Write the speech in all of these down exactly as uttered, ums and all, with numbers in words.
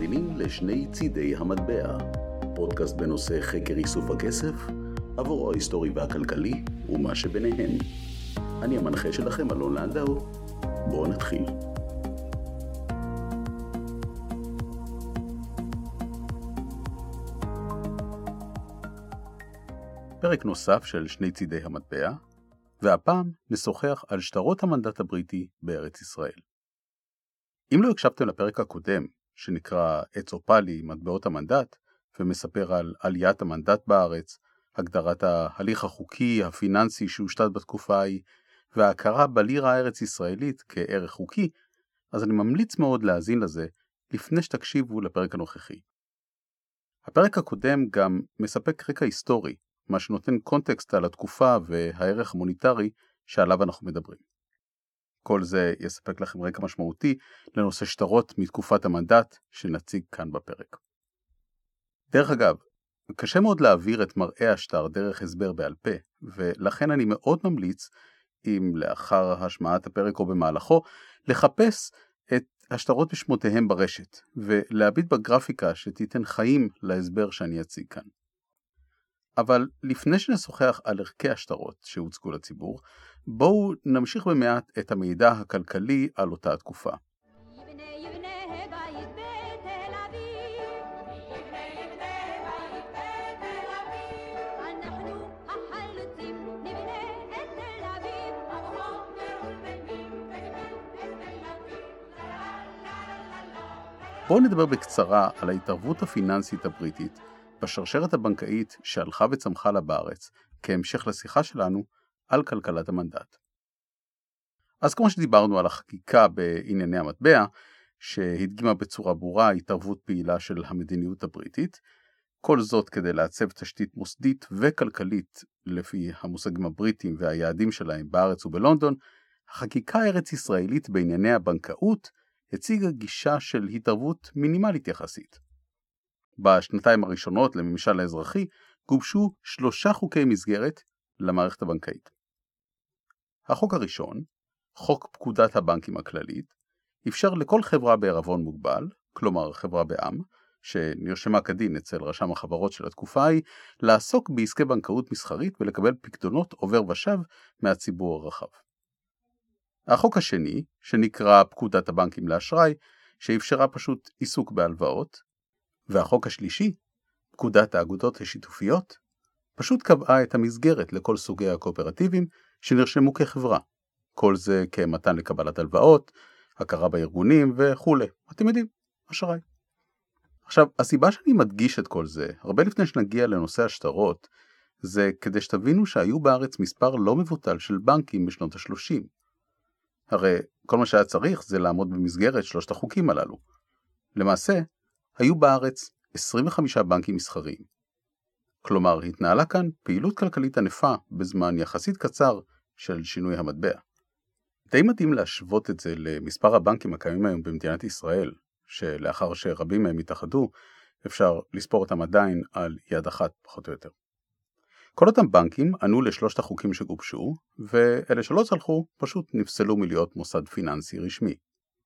מאזינים לשני צידי המטבע, פודקאסט בנושא חקר איסוף הכסף, עבורו ההיסטורי והכלכלי ומה שביניהם. אני המנחה שלכם אלון לנדאו, בואו נתחיל. פרק נוסף של שני צידי המטבע, והפעם נשוחח על שטרות המנדט הבריטי בארץ ישראל. אם לא הקשבתם לפרק הקודם, שנקרא עץ אופלי מטבעות המנדט, ומספר על עליית המנדט בארץ, הגדרת ההליך החוקי, הפיננסי שהושתת בתקופה ההיא, וההכרה בלירה הארץ ישראלית כערך חוקי, אז אני ממליץ מאוד להאזין לזה לפני שתקשיבו לפרק הנוכחי. הפרק הקודם גם מספק רקע היסטורי, מה שנותן קונטקסט על התקופה והערך המוניטרי שעליו אנחנו מדברים. כל זה יספק לכם רקע משמעותי לנושא שטרות מתקופת המנדט שנציג כאן בפרק. דרך אגב, קשה מאוד להעביר את מראה השטר דרך הסבר בעל פה, ולכן אני מאוד ממליץ, אם לאחר השמעת הפרק או במהלכו, לחפש את השטרות בשמותיהם ברשת, ולהביט בגרפיקה שתיתן חיים להסבר שאני אציג כאן. אבל לפני שנשוחח על ערכי השטרות שהוצגו לציבור, בואו נמשיך במעט את המידע הכלכלי על אותה התקופה. בואו נדבר בקצרה על ההתערבות הפיננסית הבריטית בשרשרת הבנקאית שהלכה וצמחה לה בארץ, כהמשך לשיחה שלנו על כלכלת המנדט. אז כמו שדיברנו על החקיקה בענייני המטבע, שהדגימה בצורה ברורה התערבות פעילה של המדיניות הבריטית, כל זאת כדי לעצב תשתית מוסדית וכלכלית לפי המושגים הבריטיים והיעדים שלהם בארץ ובלונדון, החקיקה הארץ ישראלית בענייני הבנקאות הציגה גישה של התערבות מינימלית יחסית. בשנתיים הראשונות לממשל האזרחי גובשו שלושה חוקי מסגרת למערכת הבנקאית. החוק הראשון, חוק פקודת הבנקים הכללית, אפשר לכל חברה בערבון מוגבל, כלומר חברה בע"מ, שנרשמה כדין אצל רשם החברות של התקופה ההיא, לעסוק בעסקי בנקאות מסחרית ולקבל פקדונות עובר ושב מהציבור הרחב. החוק השני, שנקרא פקודת הבנקים לאשראי, שאפשרה פשוט עיסוק בהלוואות, והחוק השלישי, פקודת האגודות השיתופיות, פשוט קבעה את המסגרת לכל סוגי הקואופרטיבים שנרשמו כחברה. כל זה כמתן לקבלת הלוואות, הכרה בארגונים וכו'. אתם יודעים, אשראי. עכשיו, הסיבה שאני מדגיש את כל זה, הרבה לפני שנגיע לנושא השטרות, זה כדי שתבינו שהיו בארץ מספר לא מבוטל של בנקים בשנות ה-שלושים. הרי כל מה שהיה צריך זה לעמוד במסגרת שלושת החוקים הללו. למעשה, היו בארץ עשרים וחמישה בנקים מסחריים. כלומר, התנהלה כאן פעילות כלכלית ענפה בזמן יחסית קצר של שינוי המטבע. די מתאים להשוות את זה למספר הבנקים הקיימים היום במדינת ישראל, שלאחר שרבים מהם התאחדו, אפשר לספור אותם עדיין על יד אחת פחות או יותר. כל אותם בנקים ענו לשלושת החוקים שגובשו, ואלה שלא צלחו פשוט נפסלו מלהיות מוסד פיננסי רשמי.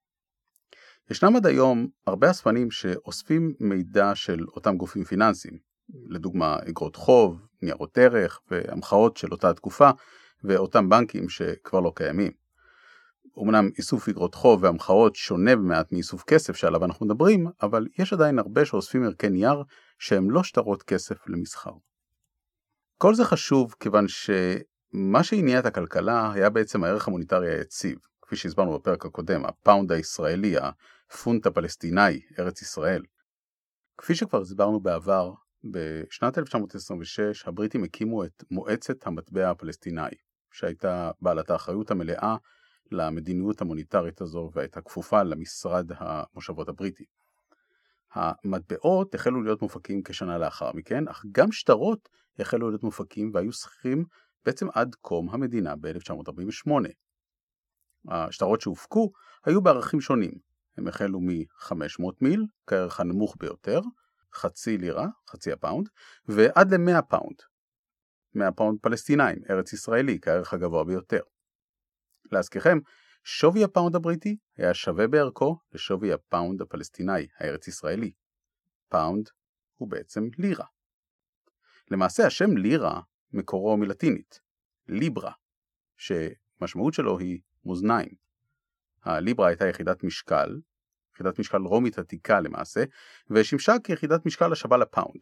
ישנם עד היום הרבה אספנים שאוספים מידע של אותם גופים פיננסיים, לדוגמה אגרות חוב, ניירות ערך והמחאות של אותה התקופה ואותם בנקים שכבר לא קיימים. אמנם איסוף אגרות חוב והמחאות שונה במעט מאיסוף כסף שעליו אנחנו מדברים, אבל יש עדיין הרבה שאוספים ערכי נייר שהם לא שטרות כסף למסחר. כל זה חשוב כיוון שמה שהניע את הכלכלה היה בעצם הערך המוניטרי היציב, כפי שהסברנו בפרק הקודם, הפאונד הישראלי, הפונט הפלסטיני, ארץ ישראל. כפי שכבר הסברנו בעבר, בשנת אלף תשע מאות עשרים ושש הבריטים הקימו את מועצת המטבע הפלסטיני, שהייתה בעלת האחריות המלאה למדיניות המוניטרית הזו והייתה כפופה למשרד המושבות הבריטי. המטבעות החלו להיות מופקים כשנה לאחר מכן, אך גם שטרות החלו להיות מופקים והיו שכירים בעצם עד קום המדינה ב-אלף תשע מאות ארבעים ושמונה. השטרות שהופקו היו בערכים שונים. הם החלו מ-חמש מאות מיל, כערך הנמוך ביותר, חצי לירה, חצי הפאונד, ועד ל-מאה פאונד. מאה פאונד פלסטינאים, ארץ ישראלי, כערך הגבוה ביותר. להזכירכם שווי הפאונד הבריטי היה שווה בערכו לשווי הפאונד הפלסטיני הארץ ישראלי. פאונד הוא בעצם לירה. למעשה השם לירה מקורו מלטינית, ליברה, שמשמעות שלו היא מאזניים. הליברה הייתה יחידת משקל, יחידת משקל רומית עתיקה למעשה, ושימשה כיחידת משקל השווה לפאונד.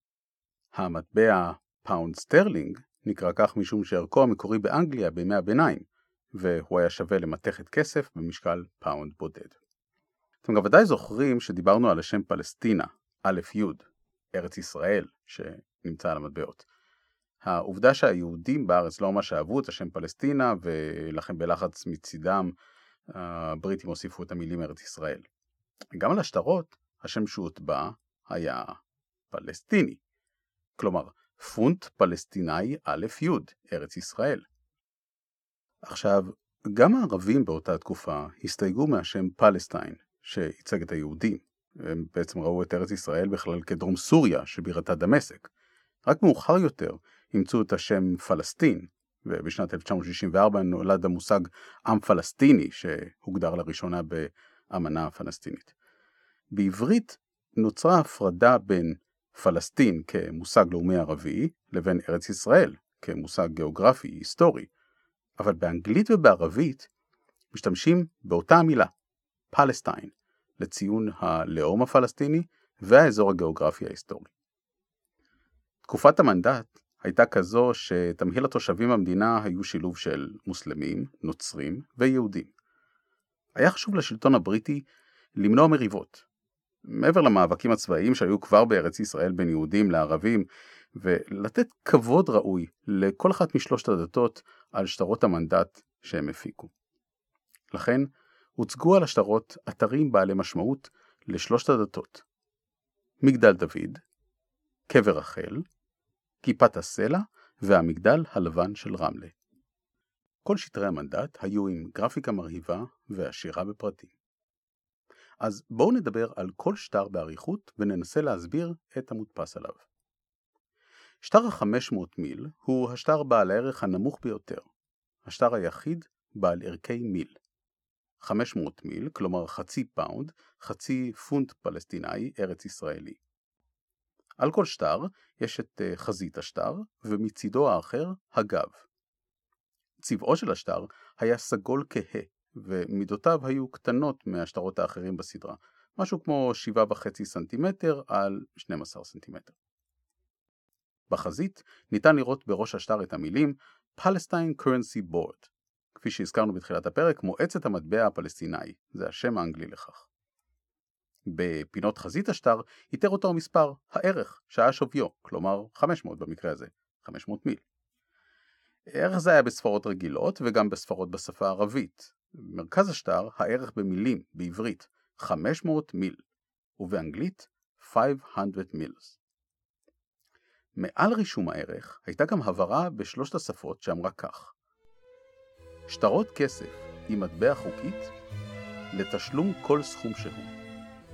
המטבע פאונד סטרלינג נקרא כך משום שערכו המקורי באנגליה בימי הביניים, והוא היה שווה למתכת כסף במשקל פאונד בודד. אתם גם ודאי זוכרים שדיברנו על השם פלסטינה, א' י', ארץ ישראל, שנמצא על המטבעות. העובדה שהיהודים בארץ לא ממש אהבו את השם פלסטינה, ולכן בלחץ מצידם הבריטים הוסיפו את המילים ארץ ישראל. גם על השטרות, השם שהוטבע היה פלסטיני. כלומר, פונט פלסטיני א' י', ארץ ישראל. עכשיו, גם הערבים באותה תקופה הסתייגו מהשם פלסטיין, שייצג את היהודים. הם בעצם ראו את ארץ ישראל בכלל כדרום סוריה, שבירתה דמשק. רק מאוחר יותר אימצו את השם פלסטין, ובשנת אלף תשע מאות שישים וארבע נולד המושג עם פלסטיני, שהוגדר לראשונה באמנה הפלסטינית. בעברית נוצרה הפרדה בין פלסטין כמושג לאומי ערבי, לבין ארץ ישראל כמושג גיאוגרפי, היסטורי. אבל באנגלית ובערבית משתמשים באותה המילה, פלסטיין, לציון הלאום הפלסטיני והאזור הגיאוגרפי ההיסטורי. תקופת המנדט הייתה כזו שתמהיל התושבים במדינה היו שילוב של מוסלמים, נוצרים ויהודים. היה חשוב לשלטון הבריטי למנוע מריבות. מעבר למאבקים הצבאיים שהיו כבר בארץ ישראל בין יהודים לערבים, ולתת כבוד ראוי לכל אחת משלושת הדתות על שטרות המנדט שהם הפיקו. לכן הוצגו על השטרות אתרים בעלי משמעות לשלושת הדתות. מגדל דוד, קבר רחל, כיפת הסלע והמגדל הלבן של רמלה. כל שטרי המנדט היו עם גרפיקה מרהיבה ועשירה בפרטים. אז בואו נדבר על כל שטר באריכות וננסה להסביר את המודפס עליו. שטר ה-חמש מאות מיל הוא השטר בעל הערך הנמוך ביותר. השטר היחיד בעל ערכי מיל. חמש מאות מיל, כלומר חצי פאונד, חצי פונט פלסטיני, ארץ ישראלי. על כל שטר יש את חזית השטר, ומצידו האחר הגב. צבעו של השטר היה סגול כהה, ומידותיו היו קטנות מהשטרות האחרים בסדרה, משהו כמו שבעה וחצי סנטימטר על שנים עשר סנטימטר. בחזית ניתן לראות בראש השטר את המילים Palestine Currency Board, כפי שהזכרנו בתחילת הפרק, מועצת המטבע הפלסטיני, זה השם האנגלי לכך. בפינות חזית השטר איתר אותו המספר, הערך, שהיה שוויו, כלומר חמש מאות במקרה הזה, חמש מאות מיל. הערך זה היה בספרות רגילות וגם בספרות בשפה הערבית. במרכז השטר הערך במילים בעברית חמש מאות מיל, ובאנגלית חמש מאות מילס. מעל רישום הערך הייתה גם הבהרה בשלושת השפות שאמרה כך: שטרות כסף עם מטבע חוקית לתשלום כל סכום שהוא.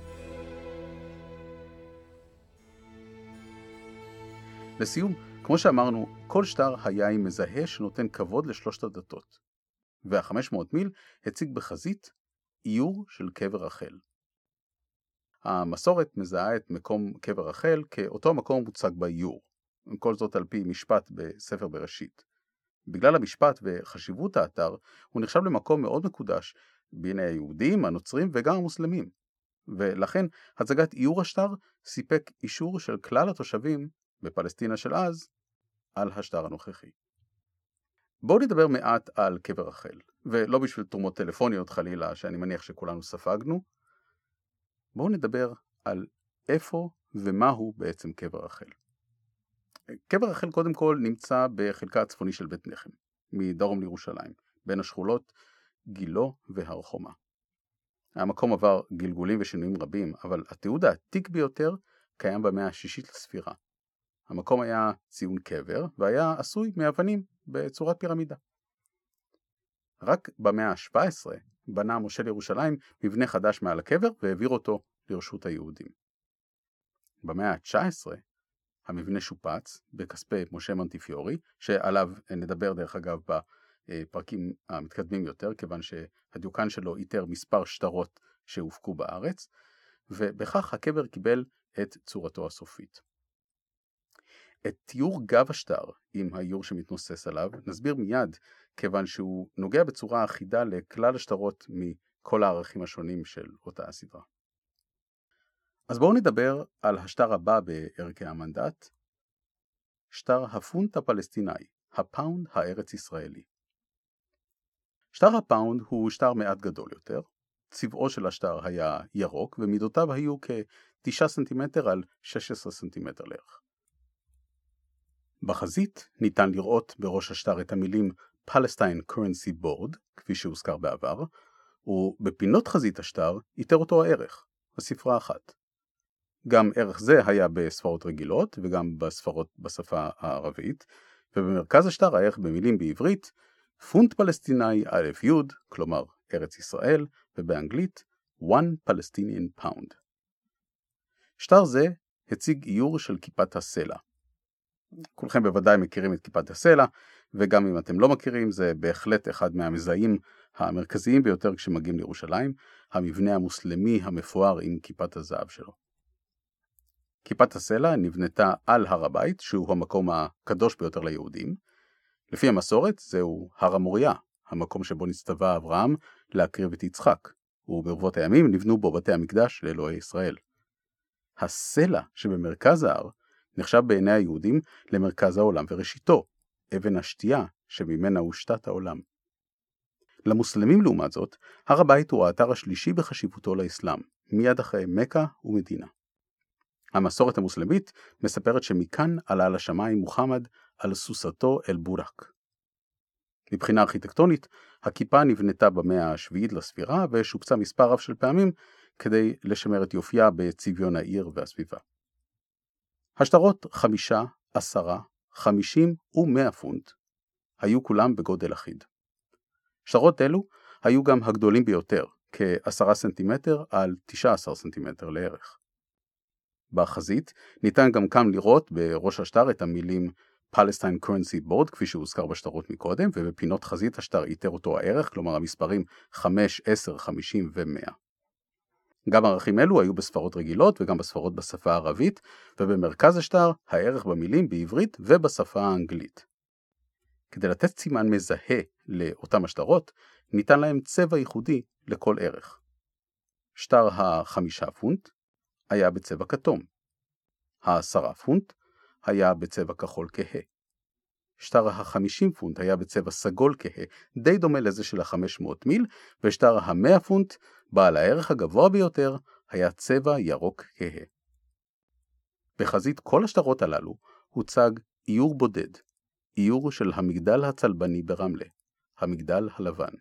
לסיום, כמו שאמרנו, כל שטר היה עם מזהה שנותן כבוד לשלושת הדתות, וה-חמש מאות מיל הציג בחזית איור של קבר רחל. המסורת מזהה את מקום קבר רחל כאותו מקום מוצג באיור, כל זאת על פי משפט בספר בראשית. בגלל המשפט וחשיבות האתר, הוא נחשב למקום מאוד מקודש בעיני היהודים, הנוצרים וגם המוסלמים. ולכן הצגת איור השטר סיפק אישור של כלל התושבים בפלסטינה של אז על השטר הנוכחי. בואו נדבר מעט על קבר רחל, ולא בשביל תרומות טלפוניות חלילה שאני מניח שכולנו ספגנו. בואו נדבר על איפה ומהו בעצם קבר רחל. קבר רחל קודם כל נמצא בחלקה הצפוני של בית לחם, מדרום לירושלים, בין השכונות גילו והר חומה. המקום עבר גלגולים ושינויים רבים, אבל התיעוד העתיק ביותר קיים במאה השישית לספירה. המקום היה ציון קבר והיה עשוי מאבנים בצורת פירמידה. רק במאה ה-שבע עשרה בנה משה לירושלים מבנה חדש מעל הקבר והעביר אותו לרשות היהודים. במאה ה-תשע עשרה המבנה שופץ בכספי משה מונטיפיורי, שעליו נדבר דרך אגב הפרקים המתקדמים יותר, כיוון שהדיוקן שלו איתר מספר שטרות שהופקו בארץ, ובכך הקבר קיבל את צורתו הסופית. את תיאור גב השטר עם האיור שמתנוסס עליו נסביר מיד, כיוון שהוא נוגע בצורה אחידה לכלל השטרות מכל הערכים השונים של אותה הסדרה. אז בואו נדבר על השטר הבא בערכי המנדט, שטר הפונט הפלסטיני, הפאונד הארץ ישראלי. שטר הפאונד הוא שטר מעט גדול יותר, צבעו של השטר היה ירוק ומידותיו היו כ-תשעה סנטימטר על שש עשרה סנטימטר לערך. בחזית ניתן לראות בראש השטר את המילים Palestine Currency Board, כפי שהוזכר בעבר, ובפינות חזית השטר איתר אותו הערך, הספרה אחת. גם ערך זה היה בספרות רגילות וגם בספרות בשפה הערבית, ובמרכז השטר הערך במילים בעברית פונט פלסטיני א' י', כלומר ארץ ישראל, ובאנגלית one Palestinian pound. שטר זה הציג איור של כיפת הסלע. כולכם בוודאי מכירים את כיפת הסלע, וגם אם אתם לא מכירים, זה בהחלט אחד מהמזהים המרכזיים ביותר כשמגיעים לירושלים, המבנה המוסלמי המפואר עם כיפת הזהב שלו. כיפת הסלע נבנתה על הר הבית, שהוא המקום הקדוש ביותר ליהודים. לפי המסורת זהו הר המוריה, המקום שבו נצטווה אברהם להקריב את יצחק, וברבות הימים נבנו בו בתי המקדש לאלוהי ישראל. הסלע שבמרכז ההר נחשב בעיני היהודים למרכז העולם וראשיתו, אבן השתייה שממנה הושתת העולם. למוסלמים לעומת זאת, הר הבית הוא האתר השלישי בחשיבותו לאסלאם, מיד אחרי מקה ומדינה. המסורת המוסלמית מספרת שמכאן עלה לשמיים מוחמד על סוסתו אל בורק. מבחינה ארכיטקטונית, הכיפה נבנתה במאה השביעית לספירה ושופצה מספר רב של פעמים כדי לשמר את יופייה בצביון העיר והסביבה. השטרות חמישה, עשרה, חמישים ומאה פונט היו כולם בגודל אחיד. שטרות אלו היו גם הגדולים ביותר, כעשרה סנטימטר על תשעה עשר סנטימטר לערך. בחזית ניתן גם כאן לראות בראש השטר את המילים Palestine Currency Board, כפי שהוזכר בשטרות מקודם, ובפינות חזית השטר איתר אותו הערך, כלומר המספרים חמש, עשר, חמישים ו-מאה. גם ערכים אלו היו בספרות רגילות וגם בספרות בשפה הערבית, ובמרכז השטר הערך במילים בעברית ובשפה האנגלית. כדי לתת סימן מזהה לאותם השטרות, ניתן להם צבע ייחודי לכל ערך. שטר החמישה פונט היה בצבע כתום. העשרה פונט היה בצבע כחול כהה. שטר החמישים פונט היה בצבע סגול כהה, די דומה לזה של החמש מאות מיל, ושטר המאה פונט, בעל הערך הגבוה ביותר, היה צבע ירוק כהה. בחזית כל השטרות הללו הוצג איור בודד, איור של המגדל הצלבני ברמלה, המגדל הלבן.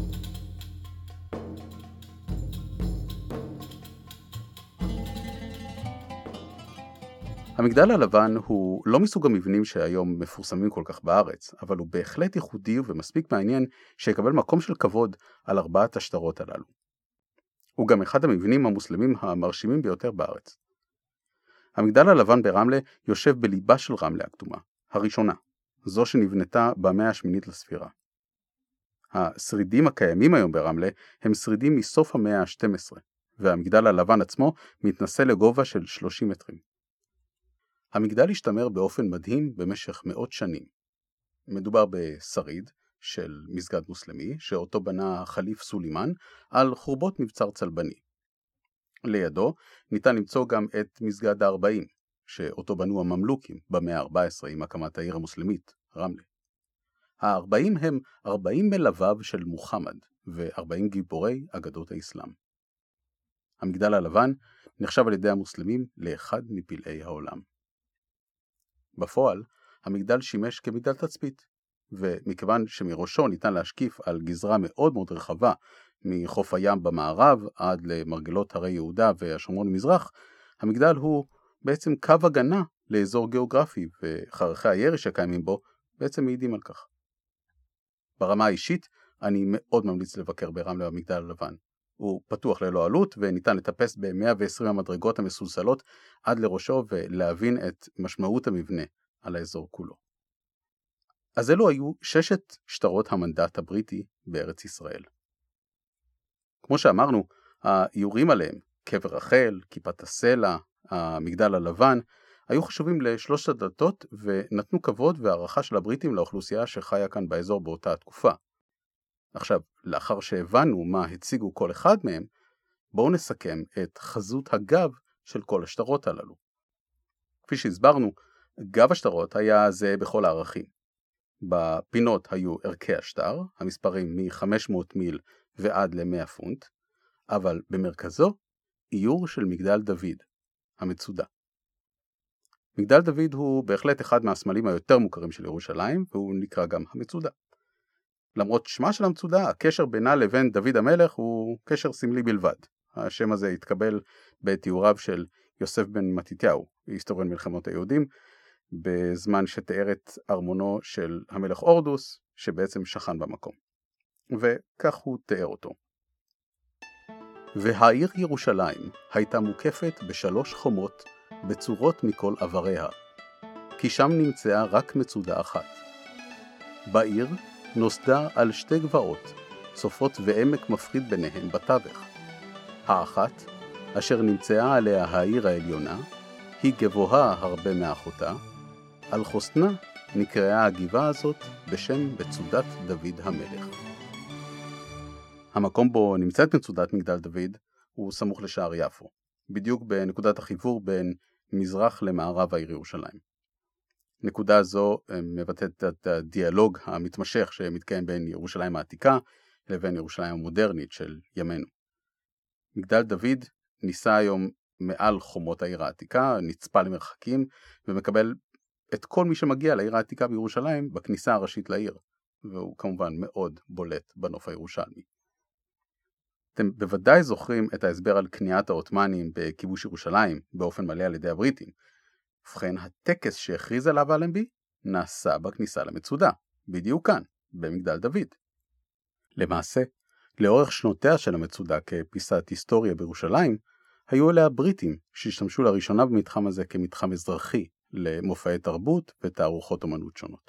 המגדל הלבן הוא לא מסוג המבנים שהיום מפורסמים כל כך בארץ, אבל הוא בהחלט ייחודי ומספיק מעניין שיקבל מקום של כבוד על ארבעת השטרות הללו. הוא גם אחד המבנים המוסלמים המרשימים ביותר בארץ. המגדל הלבן ברמלה יושב בליבה של רמלה הקדומה, הראשונה, זו שנבנתה במאה השמינית לספירה. השרידים הקיימים היום ברמלה הם שרידים מסוף המאה ה-שתים עשרה, והמגדל הלבן עצמו מתנסה לגובה של שלושים מטרים. המגדל השתמר באופן מדהים במשך מאות שנים. מדובר בשריד של מסגד מוסלמי, שאותו בנה החליף סולימן על חורבות מבצר צלבני. לידו ניתן למצוא גם את מסגד ה-ארבעים, שאותו בנו הממלוכים במאה ה-ארבע עשרה עם הקמת העיר המוסלמית, רמלה. ה-ארבעים הם ארבעים מלוויו של מוחמד ו-ארבעים גיבורי אגדות האסלאם. המגדל הלבן נחשב על ידי המוסלמים לאחד מפלאי העולם. בפועל, המגדל שימש כמגדל תצפית, ומכיוון שמראשו ניתן להשקיף על גזרה מאוד מאוד רחבה מחוף הים במערב עד למרגלות הרי יהודה והשומרון במזרח, המגדל הוא בעצם קו הגנה לאזור גיאוגרפי, וחרכי הירי שקיימים בו בעצם מעידים על כך. ברמה האישית, אני מאוד ממליץ לבקר ברמלה במגדל הלבן. הוא פתוח ללא עלות וניתן לטפס ב-מאה ועשרים המדרגות המסולסלות עד לראשו ולהבין את משמעות המבנה על האזור כולו. אז אלו היו ששת שטרות המנדט הבריטי בארץ ישראל. כמו שאמרנו, האיורים עליהם, קבר רחל, כיפת הסלע, המגדל הלבן, היו חשובים לשלושת הדתות ונתנו כבוד והערכה של הבריטים לאוכלוסייה שחיה כאן באזור באותה התקופה. עכשיו, לאחר שהבנו מה הציגו כל אחד מהם, בואו נסכם את חזות הגב של כל השטרות הללו. כפי שהסברנו, גב השטרות היה זהה בכל הערכים. בפינות היו ערכי השטר, המספרים מ-חמש מאות מיל ועד ל-מאה פונט, אבל במרכזו איור של מגדל דוד, המצודה. מגדל דוד הוא בהחלט אחד מהסמלים היותר מוכרים של ירושלים, והוא נקרא גם המצודה. למרות שמה של המצודה, הקשר בינה לבין דוד המלך הוא קשר סמלי בלבד. השם הזה התקבל בתיאוריו של יוסף בן מתתיהו, היסטוריון מלחמות היהודים, בזמן שתיאר את ארמונו של המלך אורדוס, שבעצם שכן במקום. וכך הוא תיאר אותו. והעיר ירושלים הייתה מוקפת בשלוש חומות בצורות מכל עבריה, כי שם נמצאה רק מצודה אחת. בעיר נוסדה על שתי גבעות, צופות ועמק מפריד ביניהן בתווך. האחת, אשר נמצאה עליה העיר העליונה, היא גבוהה הרבה מאחותה, על חוסנה נקראה הגבעה הזאת בשם מצודת דוד המלך. המקום בו נמצאת מצודת מגדל דוד הוא סמוך לשער יפו, בדיוק בנקודת החיבור בין מזרח למערב העיר ירושלים. נקודה זו מבטאת את הדיאלוג המתמשך שמתקיים בין ירושלים העתיקה לבין ירושלים המודרנית של ימינו. מגדל דוד ניסה היום מעל חומות העיר העתיקה, נצפה למרחקים ומקבל את כל מי שמגיע לעיר העתיקה בירושלים בכניסה הראשית לעיר, והוא כמובן מאוד בולט בנוף הירושלמי. אתם בוודאי זוכרים את ההסבר על כניעת העות'מאנים בכיבוש ירושלים באופן מלא על ידי הבריטים. ובכן, הטקס שהכריז עליו אלנבי נעשה בכניסה למצודה, בדיוק כאן, במגדל דוד. למעשה, לאורך שנותיה של המצודה כפיסת היסטוריה בירושלים, היו אלה הבריטים שהשתמשו לראשונה במתחם הזה כמתחם אזרחי למופעי תרבות ותערוכות אומנות שונות.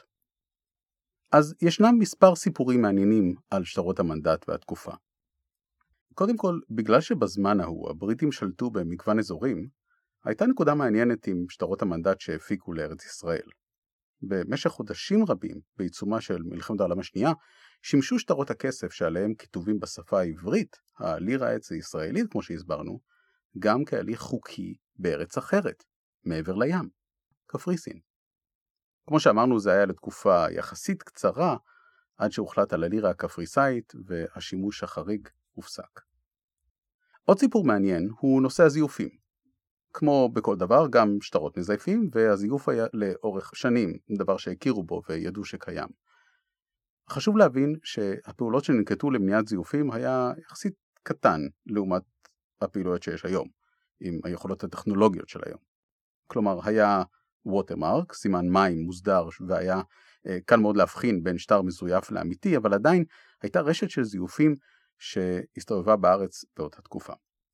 אז ישנם מספר סיפורים מעניינים על שטרות המנדט והתקופה. קודם כל, בגלל שבזמן ההוא הבריטים שלטו במגוון אזורים, הייתה נקודה מעניינת עם שטרות המנדט שהפיקו לארץ ישראל. במשך חודשים רבים, בעיצומה של מלחמת העולם השנייה, שימשו שטרות הכסף שעליהם כיתובים בשפה העברית, הלירה העץ הישראלית כמו שהסברנו, גם כהליך חוקי בארץ אחרת, מעבר לים, קפריסין. כמו שאמרנו, זה היה לתקופה יחסית קצרה, עד שהוחלט על הלירה הקפריסאית והשימוש החריג הופסק. עוד סיפור מעניין הוא נושא הזיופים. כמו בכל דבר, גם שטרות מזייפים, והזיוף היה לאורך שנים, דבר שהכירו בו וידעו שקיים. חשוב להבין שהפעולות שננקטו למניעת זיופים היה יחסית קטן לעומת הפעילויות שיש היום, עם היכולות הטכנולוגיות של היום. כלומר, היה ווטרמרק, סימן מים מוסדר, והיה אה, קל מאוד להבחין בין שטר מזויף לאמיתי, אבל עדיין הייתה רשת של זיופים שהסתובבה בארץ באותה תקופה.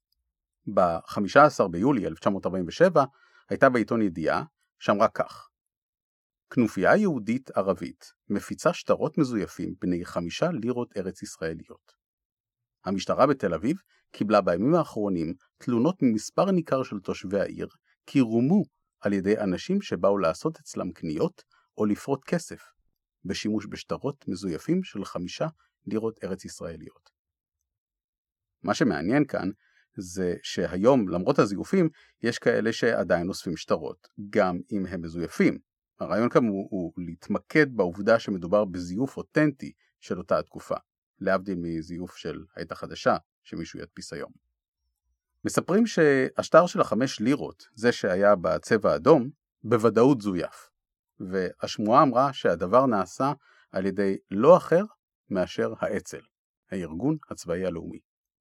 ב-חמישה עשר ביולי אלף תשע מאות ארבעים ושבע הייתה בעיתון ידיעה שאמרה כך: כנופיה יהודית ערבית מפיצה שטרות מזויפים בני חמישה לירות ארץ ישראליות. המשטרה בתל אביב קיבלה בימים האחרונים תלונות ממספר ניכר של תושבי העיר כי רומו על ידי אנשים שבאו לעשות אצלם קניות או לפרוט כסף בשימוש בשטרות מזויפים של חמישה לירות ארץ ישראליות. מה שמעניין כאן זה שהיום, למרות הזיופים, יש כאלה שעדיין אוספים שטרות, גם אם הם מזויפים. הרעיון כאן הוא, הוא להתמקד בעובדה שמדובר בזיוף אותנטי של אותה התקופה, להבדיל מזיוף של העת החדשה שמישהו ידפיס היום. מספרים שהשטר של החמש לירות, זה שהיה בצבע אדום, בוודאות זויף, והשמועה אמרה שהדבר נעשה על ידי לא אחר מאשר האצ"ל, הארגון הצבאי הלאומי.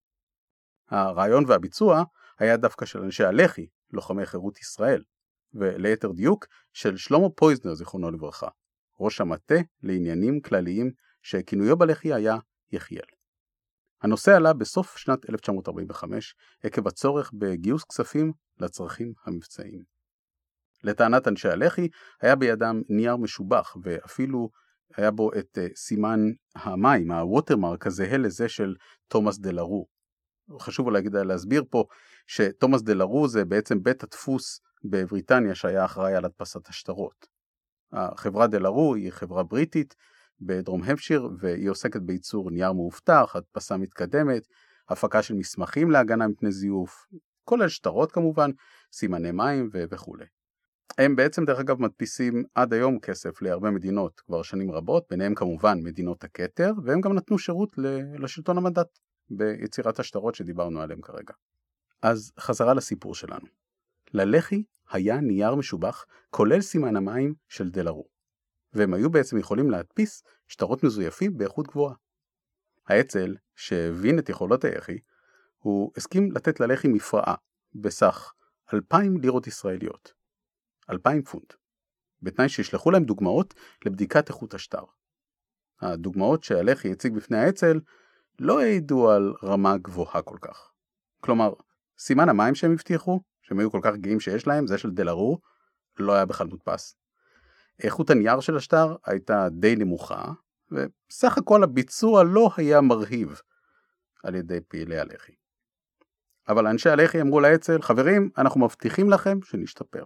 הרעיון והביצוע היה דווקא של אנשי הלח"י, לוחמי חירות ישראל, וליתר דיוק של שלמה פויזנר זיכרונו לברכה, ראש המטה לעניינים כלליים שכינויו בלח"י היה יחיאל. הנושא עלה בסוף שנת אלף תשע מאות ארבעים וחמש עקב הצורך בגיוס כספים לצרכים המבצעיים. לטענת אנשי הלח"י היה בידם נייר משובח ואפילו היה בו את uh, סימן המים, הווטרמרק הזהה לזה של תומאס דלרו. חשוב להגיד, להסביר פה שתומאס דלרו זה בעצם בית הדפוס בבריטניה שהיה אחראי על הדפסת השטרות. החברה דלרו היא חברה בריטית בדרום המפשיר, והיא עוסקת בייצור נייר מאובטח, הדפסה מתקדמת, הפקה של מסמכים להגנה מפני זיוף, כולל שטרות כמובן, סימני מים ו- וכו'. הם בעצם דרך אגב מדפיסים עד היום כסף להרבה מדינות כבר שנים רבות, ביניהם כמובן מדינות הכתר, והם גם נתנו שירות לשלטון המנדט ביצירת השטרות שדיברנו עליהם כרגע. אז חזרה לסיפור שלנו. ללח"י היה נייר משובח, כולל סימן המים של דלרו, והם היו בעצם יכולים להדפיס שטרות מזויפים באיכות גבוהה. האצ"ל, שהבין את יכולות הלח"י, הוא הסכים לתת ללח"י מפרעה בסך אלפיים לירות ישראליות, אלפיים פונט, בתנאי שישלחו להם דוגמאות לבדיקת איכות השטר. הדוגמאות שהלח"י הציג בפני האצ"ל לא העידו על רמה גבוהה כל כך. כלומר, סימן המים שהם הבטיחו, שהם היו כל כך גאים שיש להם, זה של דלרו, לא היה בכלל מודפס. איכות הנייר של השטר הייתה די נמוכה, וסך הכל הביצוע לא היה מרהיב על ידי פעילי הלח"י. אבל אנשי הלח"י אמרו לאצ"ל, חברים, אנחנו מבטיחים לכם שנשתפר.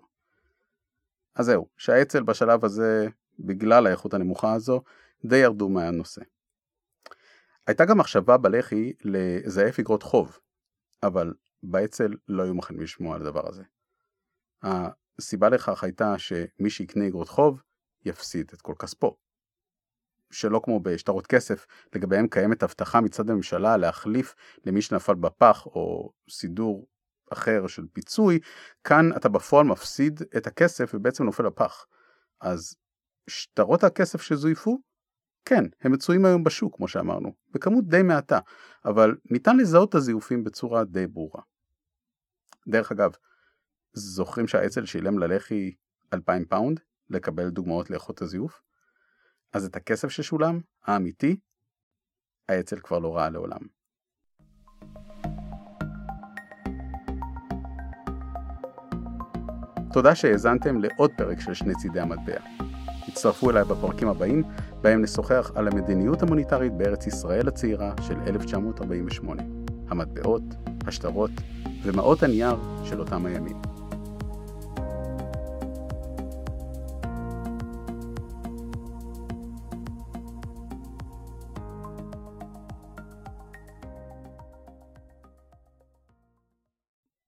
אז זהו, שהאצ"ל בשלב הזה, בגלל האיכות הנמוכה הזו, די ירדו מהנושא. הייתה גם מחשבה בלח"י לזייף אגרות חוב, אבל באצ"ל לא היו מוכנים לשמוע על הדבר הזה. הסיבה לכך הייתה שמי שיקנה אגרות חוב יפסיד את כל כספו. שלא כמו בשטרות כסף, לגביהם קיימת הבטחה מצד הממשלה להחליף למי שנפל בפח או סידור אחר של פיצוי, כאן אתה בפועל מפסיד את הכסף ובעצם נופל לפח. אז שטרות הכסף שזויפו, כן, הם מצויים היום בשוק, כמו שאמרנו, בכמות די מעטה, אבל ניתן לזהות את הזיופים בצורה די ברורה. דרך אגב, זוכרים שהאצ"ל שילם ללח"י אלפיים פאונד לקבל דוגמאות לאיכות הזיוף? אז את הכסף ששולם, האמיתי, האצ"ל כבר לא ראה לעולם. תודה שהאזנתם לעוד פרק של שני צידי המטבע. הצטרפו אליי בפרקים הבאים, בהם נשוחח על המדיניות המוניטרית בארץ ישראל הצעירה של אלף תשע מאות ארבעים ושמונה, המטבעות, השטרות ומעות הנייר של אותם הימים.